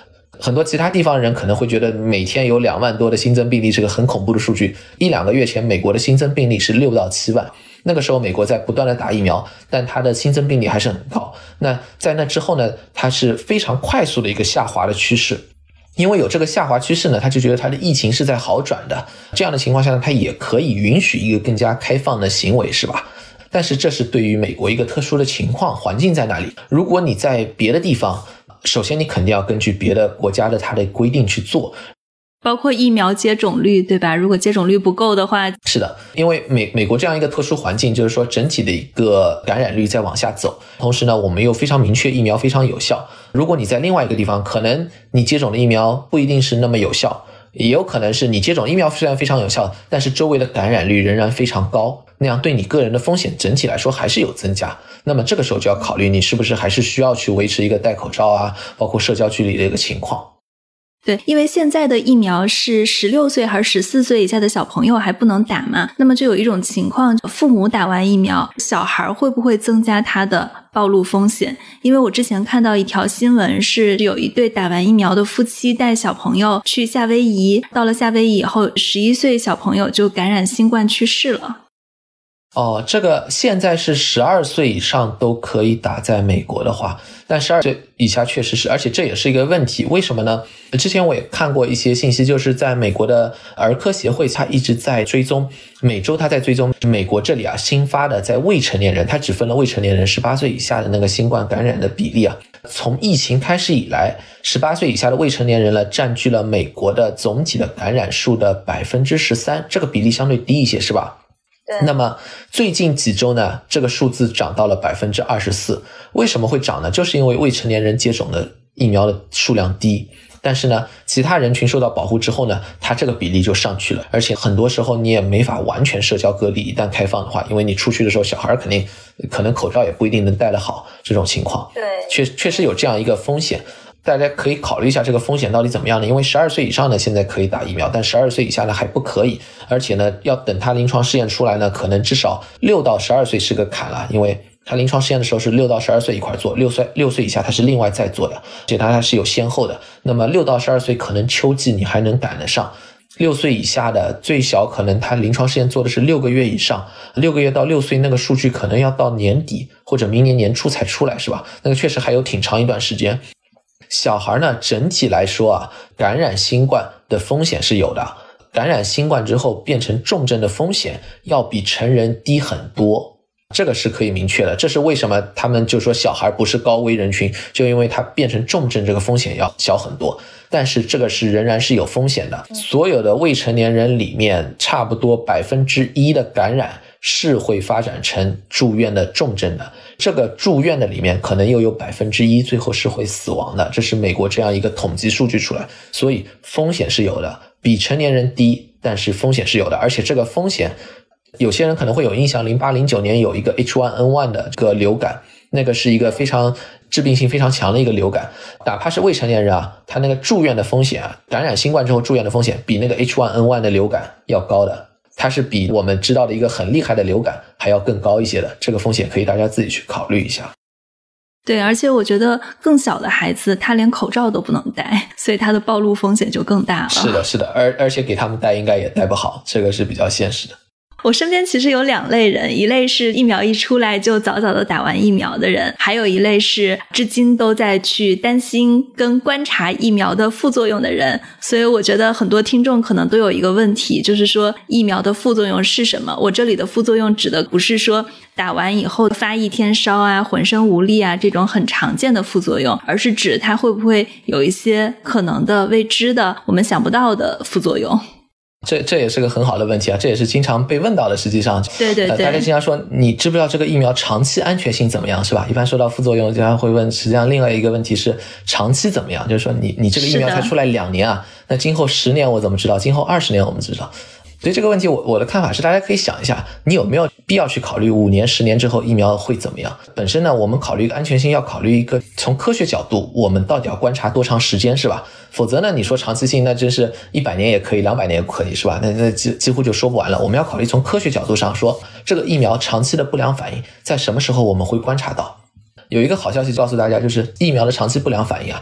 很多其他地方人可能会觉得每天有两万多的新增病例是个很恐怖的数据。一两个月前美国的新增病例是六到七万，那个时候美国在不断的打疫苗，但它的新增病例还是很高。那在那之后呢，它是非常快速的一个下滑的趋势。因为有这个下滑趋势呢，他就觉得他的疫情是在好转的，这样的情况下呢，他也可以允许一个更加开放的行为，是吧？但是这是对于美国一个特殊的情况，环境在那里。如果你在别的地方，首先你肯定要根据别的国家的它的规定去做， 包括疫苗接种率，对吧？如果接种率不够的话， 是的，因为美美国这样一个特殊环境，就是说整体的一个感染率在往下走，同时呢，我们又非常明确疫苗非常有效。如果你在另外一个地方，可能你接种的疫苗不一定是那么有效，也有可能是你接种疫苗虽然非常有效，但是周围的感染率仍然非常高，那样对你个人的风险整体来说还是有增加。那么这个时候就要考虑你是不是还是需要去维持一个戴口罩啊，包括社交距离的一个情况。 对，因为现在的疫苗是十六岁还是十四岁以下的小朋友还不能打嘛，那么就有一种情况，父母打完疫苗，小孩会不会增加他的暴露风险？因为我之前看到一条新闻，是有一对打完疫苗的夫妻带小朋友去夏威夷，到了夏威夷以后，十一岁小朋友就感染新冠去世了。 哦，这个现在是十二岁以上都可以打，在美国的话，但十二岁以下确实是，而且这也是一个问题。为什么呢？之前我也看过一些信息，就是在美国的儿科协会，它一直在追踪，每周它在追踪美国这里啊新发的在未成年人，它只分了未成年人十八岁以下的那个新冠感染的比例啊。从疫情开始以来，十八岁以下的未成年人呢，占据了美国的总体的感染数的 百分之十三， 这个比例相对低一些，是吧？那么最近几周呢，这个数字涨到了 百分之二十四。 为什么会涨呢？就是因为未成年人接种的疫苗的数量低，但是呢其他人群受到保护之后呢，它这个比例就上去了。而且很多时候你也没法完全社交隔离，一旦开放的话，因为你出去的时候小孩肯定可能口罩也不一定能戴得好，这种情况对，确确实有这样一个风险。大家可以考虑一下这个风险到底怎么样呢？因为十二岁以上呢现在可以打疫苗，但十二岁以下呢还不可以，而且呢要等它临床试验出来呢，可能至少六到十二岁是个坎了，因为它临床试验的时候是六到十二岁一块做，六岁六岁以下它是另外再做的，而且它是有先后的。那么六到十二岁可能秋季你还能赶得上，六岁以下的最小可能它临床试验做的是六个月以上，六个月到六岁那个数据可能要到年底或者明年年初才出来，是吧？那个确实还有挺长一段时间。小孩呢，整体来说啊，感染新冠的风险是有的，感染新冠之后变成重症的风险要比成人低很多，这个是可以明确的。这是为什么他们就说小孩不是高危人群，就因为它变成重症这个风险要小很多。但是这个是仍然是有风险的，所有的未成年人里面差不多百分之一的感染是会发展成住院的重症的，这个住院的里面可能又有百分之一最后是会死亡的，这是美国这样一个统计数据出来，所以风险是有的，比成年人低，但是风险是有的。而且这个风险有些人可能会有印象，零八零九年有一个 H 一 N 一 的这个流感，那个是一个非常致病性非常强的一个流感，哪怕是未成年人啊，他那个住院的风险啊，感染新冠之后住院的风险比那个 H 一 N 一 的流感要高的，它是比我们知道的一个很厉害的流感还要更高一些的，这个风险可以大家自己去考虑一下。 对，而且我觉得更小的孩子他连口罩都不能戴，所以他的暴露风险就更大了。 是的是的，而而且给他们戴应该也戴不好，这个是比较现实的。 我身边其实有两类人，一类是疫苗一出来就早早的打完疫苗的人，还有一类是至今都在去担心跟观察疫苗的副作用的人。所以我觉得很多听众可能都有一个问题，就是说疫苗的副作用是什么？我这里的副作用指的不是说打完以后发一天烧啊、浑身无力啊这种很常见的副作用，而是指它会不会有一些可能的未知的我们想不到的副作用。 这这也是个很好的问题啊，这也是经常被问到的。实际上， 对对对， 呃、大家经常说你知不知道这个疫苗长期安全性怎么样，是吧？一般说到副作用，经常会问，实际上另外一个问题是长期怎么样，就是说你你这个疫苗才出来两年啊，那今后十年我怎么知道？今后二十年我们知道？所以这个问题我我的看法是，大家可以想一下，你有没有必要去考虑五年十年之后疫苗会怎么样？本身呢，我们考虑安全性要考虑一个从科学角度，我们到底要观察多长时间，是吧？否则呢，你说长期性，那真是一百年也可以，两百年也可以，是吧？那那几几乎就说不完了。我们要考虑从科学角度上说，这个疫苗长期的不良反应在什么时候我们会观察到？有一个好消息告诉大家，就是疫苗的长期不良反应啊，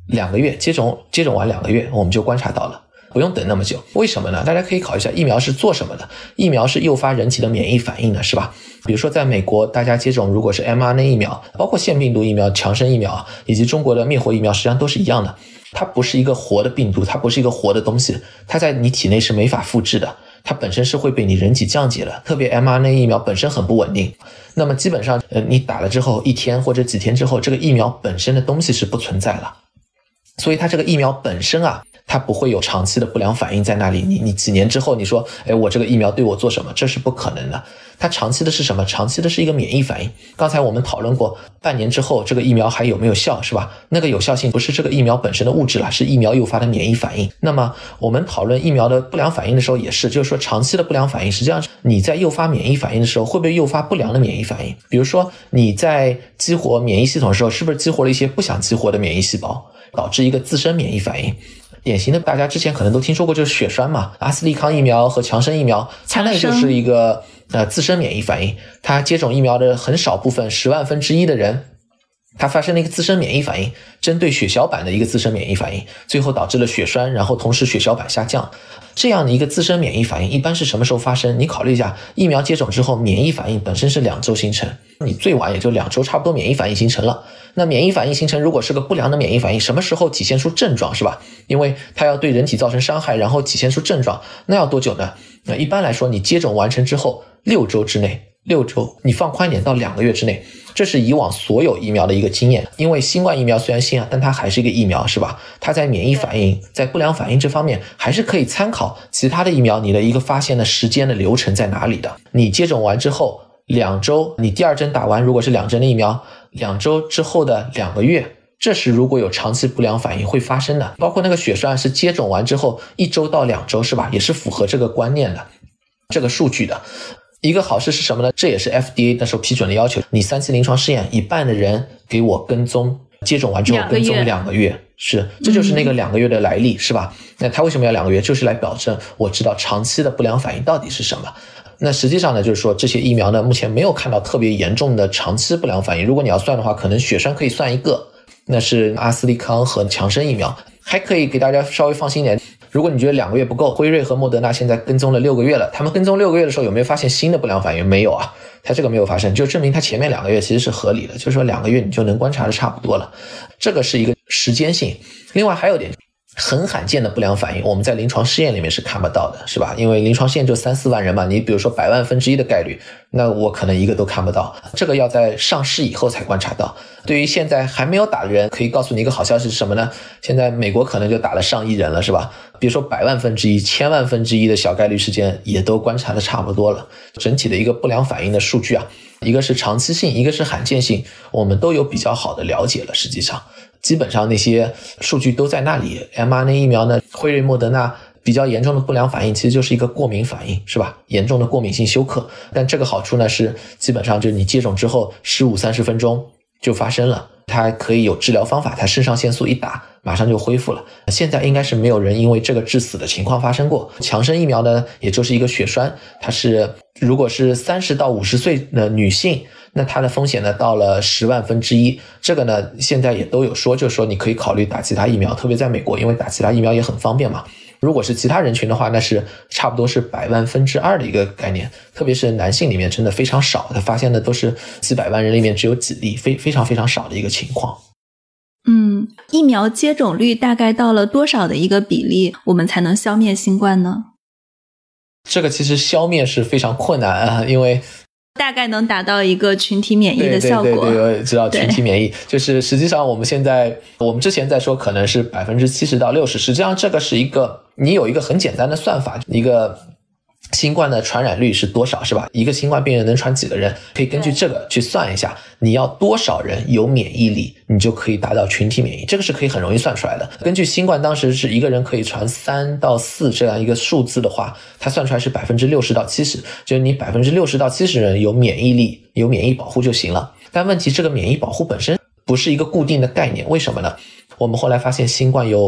两个月接种接种完两个月我们就观察到了，不用等那么久。为什么呢？大家可以考虑一下，疫苗是做什么的？疫苗是诱发人体的免疫反应的，是吧？比如说在美国，大家接种如果是 M R N A 疫苗，包括腺病毒疫苗、强生疫苗以及中国的灭活疫苗，实际上都是一样的。它不是一个活的病毒，它不是一个活的东西，它在你体内是没法复制的，它本身是会被你人体降解的。特别 M R N A 疫苗本身很不稳定，那么基本上呃，你打了之后一天或者几天之后，这个疫苗本身的东西是不存在了。所以它这个疫苗本身啊，它不会有长期的不良反应在那里。你你几年之后你说，哎，我这个疫苗对我做什么？这是不可能的。它长期的是什么？长期的是一个免疫反应。刚才我们讨论过，半年之后这个疫苗还有没有效，是吧？那个有效性不是这个疫苗本身的物质了，是疫苗诱发的免疫反应。那么我们讨论疫苗的不良反应的时候也是，就是说长期的不良反应，实际上你在诱发免疫反应的时候，会不会诱发不良的免疫反应？比如说你在激活免疫系统的时候，是不是激活了一些不想激活的免疫细胞，导致一个自身免疫反应？典型的大家之前可能都听说过，就是血栓嘛，阿斯利康疫苗和强生疫苗，它那就是一个呃自身免疫反应。它接种疫苗的很少部分，十万分之一的人，它发生了一个自身免疫反应，针对血小板的一个自身免疫反应，最后导致了血栓，然后同时血小板下降。这样的一个自身免疫反应一般是什么时候发生？你考虑一下，疫苗接种之后免疫反应本身是两周形成，你最晚也就两周差不多免疫反应形成了。那免疫反应形成如果是个不良的免疫反应，什么时候体现出症状，是吧？因为它要对人体造成伤害，然后体现出症状，那要多久呢？那一般来说你接种完成之后六周之内，六周你放宽一点到两个月之内，这是以往所有疫苗的一个经验。因为新冠疫苗虽然新啊，但它还是一个疫苗，是吧？它在免疫反应在不良反应这方面还是可以参考其他的疫苗，你的一个发现的时间的流程在哪里的。你接种完之后两周，你第二针打完，如果是两针的疫苗，两周之后的两个月，这是如果有长期不良反应会发生的。包括那个血栓是接种完之后一周到两周，是吧？也是符合这个观念的，这个数据的。一个好事是什么呢？这也是 F D A 那时候批准的要求，你三期临床试验一半的人给我跟踪，接种完之后跟踪两个月，是，这就是那个两个月的来历，是吧？那他为什么要两个月？就是来保证我知道长期的不良反应到底是什么。那实际上呢，就是说这些疫苗呢，目前没有看到特别严重的长期不良反应。如果你要算的话，可能血栓可以算一个，那是阿斯利康和强生疫苗，还可以给大家稍微放心一点。如果你觉得两个月不够，辉瑞和莫德纳现在跟踪了六个月了，他们跟踪六个月的时候有没有发现新的不良反应？没有啊，它这个没有发生，就证明它前面两个月其实是合理的，就是说两个月你就能观察的差不多了，这个是一个时间性。另外还有点很罕见的不良反应，我们在临床试验里面是看不到的，是吧？因为临床试验就三四万人嘛，你比如说百万分之一的概率，那我可能一个都看不到，这个要在上市以后才观察到。对于现在还没有打的人，可以告诉你一个好消息是什么呢？现在美国可能就打了上亿人了，是吧？比如说百万分之一、千万分之一的小概率事件也都观察的差不多了。整体的一个不良反应的数据啊，一个是长期性，一个是罕见性，我们都有比较好的了解了。实际上基本上那些数据都在那里。 M R N A 疫苗呢，辉瑞莫德纳比较严重的不良反应其实就是一个过敏反应，是吧？严重的过敏性休克。但这个好处呢是基本上就是你接种之后十五三十分钟就发生了，它可以有治疗方法，它肾上腺素一打马上就恢复了。现在应该是没有人因为这个致死的情况发生过。强生疫苗呢，也就是一个血栓，它是如果是三十到五十岁的女性，那它的风险呢到了十万分之一。这个呢现在也都有说，就是说你可以考虑打其他疫苗，特别在美国，因为打其他疫苗也很方便嘛。如果是其他人群的话，那是差不多是百万分之二的一个概念，特别是男性里面真的非常少，他发现的都是几百万人里面只有几例，非非常非常少的一个情况。 嗯，疫苗接种率大概到了多少的一个比例，我们才能消灭新冠呢？ 这个其实消灭是非常困难啊，因为大概能达到一个群体免疫的效果。 对对对对，我知道群体免疫，就是实际上我们现在我们之前在说可能是百分之七十到六十，实际上这个是一个你有一个很简单的算法，一个新冠的传染率是多少，是吧？一个新冠病人能传几个人，可以根据这个去算一下，你要多少人有免疫力，你就可以达到群体免疫，这个是可以很容易算出来的。根据新冠当时是一个人可以传三到四这样一个数字的话，它算出来是百分之六十到七十，就是你百分之六十到七十人有免疫力，有免疫保护就行了。但问题这个免疫保护本身不是一个固定的概念，为什么呢？我们后来发现新冠有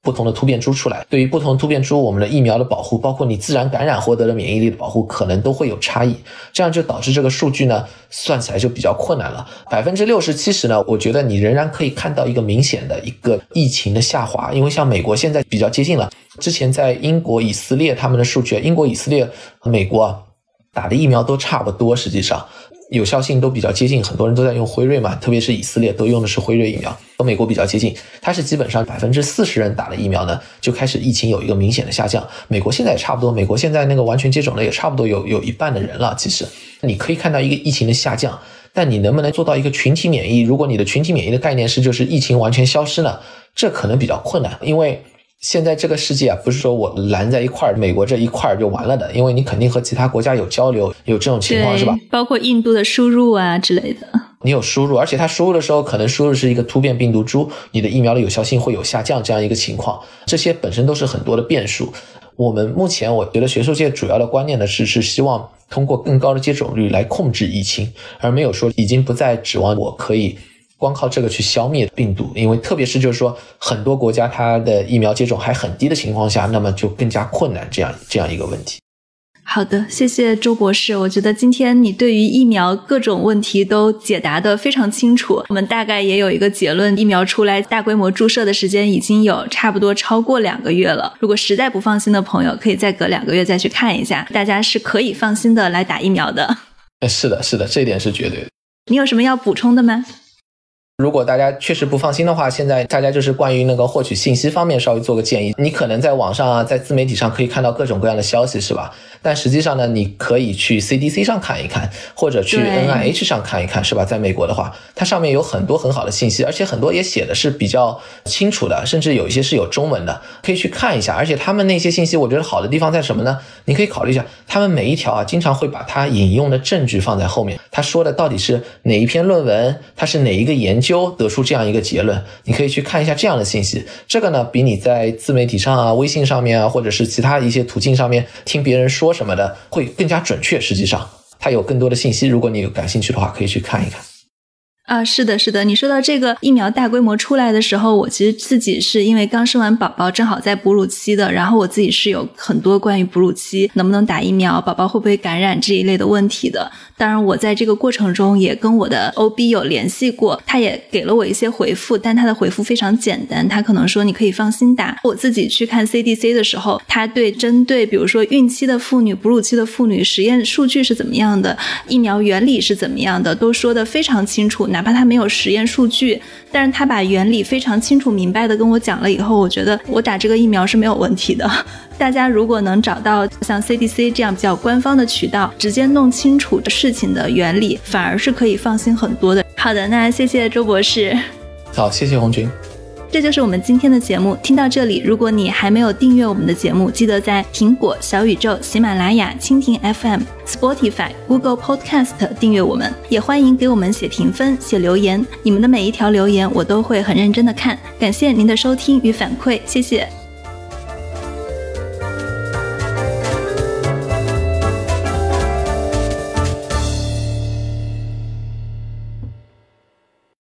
不同的突变株出来，对于不同突变株我们的疫苗的保护，包括你自然感染获得的免疫力的保护可能都会有差异，这样就导致这个数据呢算起来就比较困难了。 百分之六十 七十 呢，我觉得你仍然可以看到一个明显的一个疫情的下滑，因为像美国现在比较接近了，之前在英国以色列他们的数据，英国以色列和美国啊打的疫苗都差不多，实际上有效性都比较接近，很多人都在用辉瑞嘛，特别是以色列都用的是辉瑞疫苗，和美国比较接近，它是基本上 百分之四十 人打了疫苗呢就开始疫情有一个明显的下降。美国现在也差不多，美国现在那个完全接种的也差不多有有一半的人了，其实你可以看到一个疫情的下降，但你能不能做到一个群体免疫，如果你的群体免疫的概念是就是疫情完全消失呢，这可能比较困难，因为现在这个世界啊，不是说我拦在一块儿，美国这一块儿就完了的，因为你肯定和其他国家有交流，有这种情况是吧？ 包括印度的输入啊之类的。 你有输入，而且它输入的时候可能输入是一个突变病毒株，你的疫苗的有效性会有下降这样一个情况，这些本身都是很多的变数。我们目前我觉得学术界主要的观念呢是是希望通过更高的接种率来控制疫情，而没有说已经不再指望我可以光靠这个去消灭病毒，因为特别是就是说很多国家它的疫苗接种还很低的情况下，那么就更加困难这样这样一个问题。 好的，谢谢周博士，我觉得今天你对于疫苗各种问题都解答得非常清楚，我们大概也有一个结论，疫苗出来大规模注射的时间已经有差不多超过两个月了，如果实在不放心的朋友可以再隔两个月再去看一下，大家是可以放心的来打疫苗的。 是的是的，这一点是绝对的。 你有什么要补充的吗？ 如果大家确实不放心的话，现在大家就是关于那个获取信息方面稍微做个建议，你可能在网上啊，在自媒体上可以看到各种各样的消息是吧，但实际上呢你可以去 C D C 上看一看，或者去 N I H 上看一看是吧，在美国的话它上面有很多很好的信息，而且很多也写的是比较清楚的，甚至有一些是有中文的，可以去看一下。而且他们那些信息我觉得好的地方在什么呢，你可以考虑一下，他们每一条啊经常会把它引用的证据放在后面，他说的到底是哪一篇论文，它是哪一个研究得出这样一个结论，你可以去看一下这样的信息。这个呢比你在自媒体上啊，微信上面啊，或者是其他一些途径上面听别人说什么的会更加准确，实际上它有更多的信息，如果你有感兴趣的话可以去看一看。 啊，是的，是的，你说到这个疫苗大规模出来的时候，我其实自己是因为刚生完宝宝，正好在哺乳期的，然后我自己是有很多关于哺乳期能不能打疫苗，宝宝会不会感染这一类的问题的。当然我在这个过程中也跟我的 O B 有联系过，他也给了我一些回复，但他的回复非常简单，他可能说你可以放心打。我自己去看 C D C 的时候，他对针对比如说孕期的妇女、哺乳期的妇女实验数据是怎么样的，疫苗原理是怎么样的，都说得非常清楚，哪怕他没有实验数据，但是他把原理非常清楚明白的跟我讲了以后，我觉得我打这个疫苗是没有问题的。大家如果能找到像 C D C 这样比较官方的渠道，直接弄清楚事情的原理，反而是可以放心很多的。好的，那谢谢周博士。 好，谢谢红军。 这就是我们今天的节目，听到这里，如果你还没有订阅我们的节目，记得在苹果、小宇宙、喜马拉雅、蜻蜓 F M、Spotify、Google Podcast 订阅我们，也欢迎给我们写评分、写留言，你们的每一条留言我都会很认真的看，感谢您的收听与反馈，谢谢。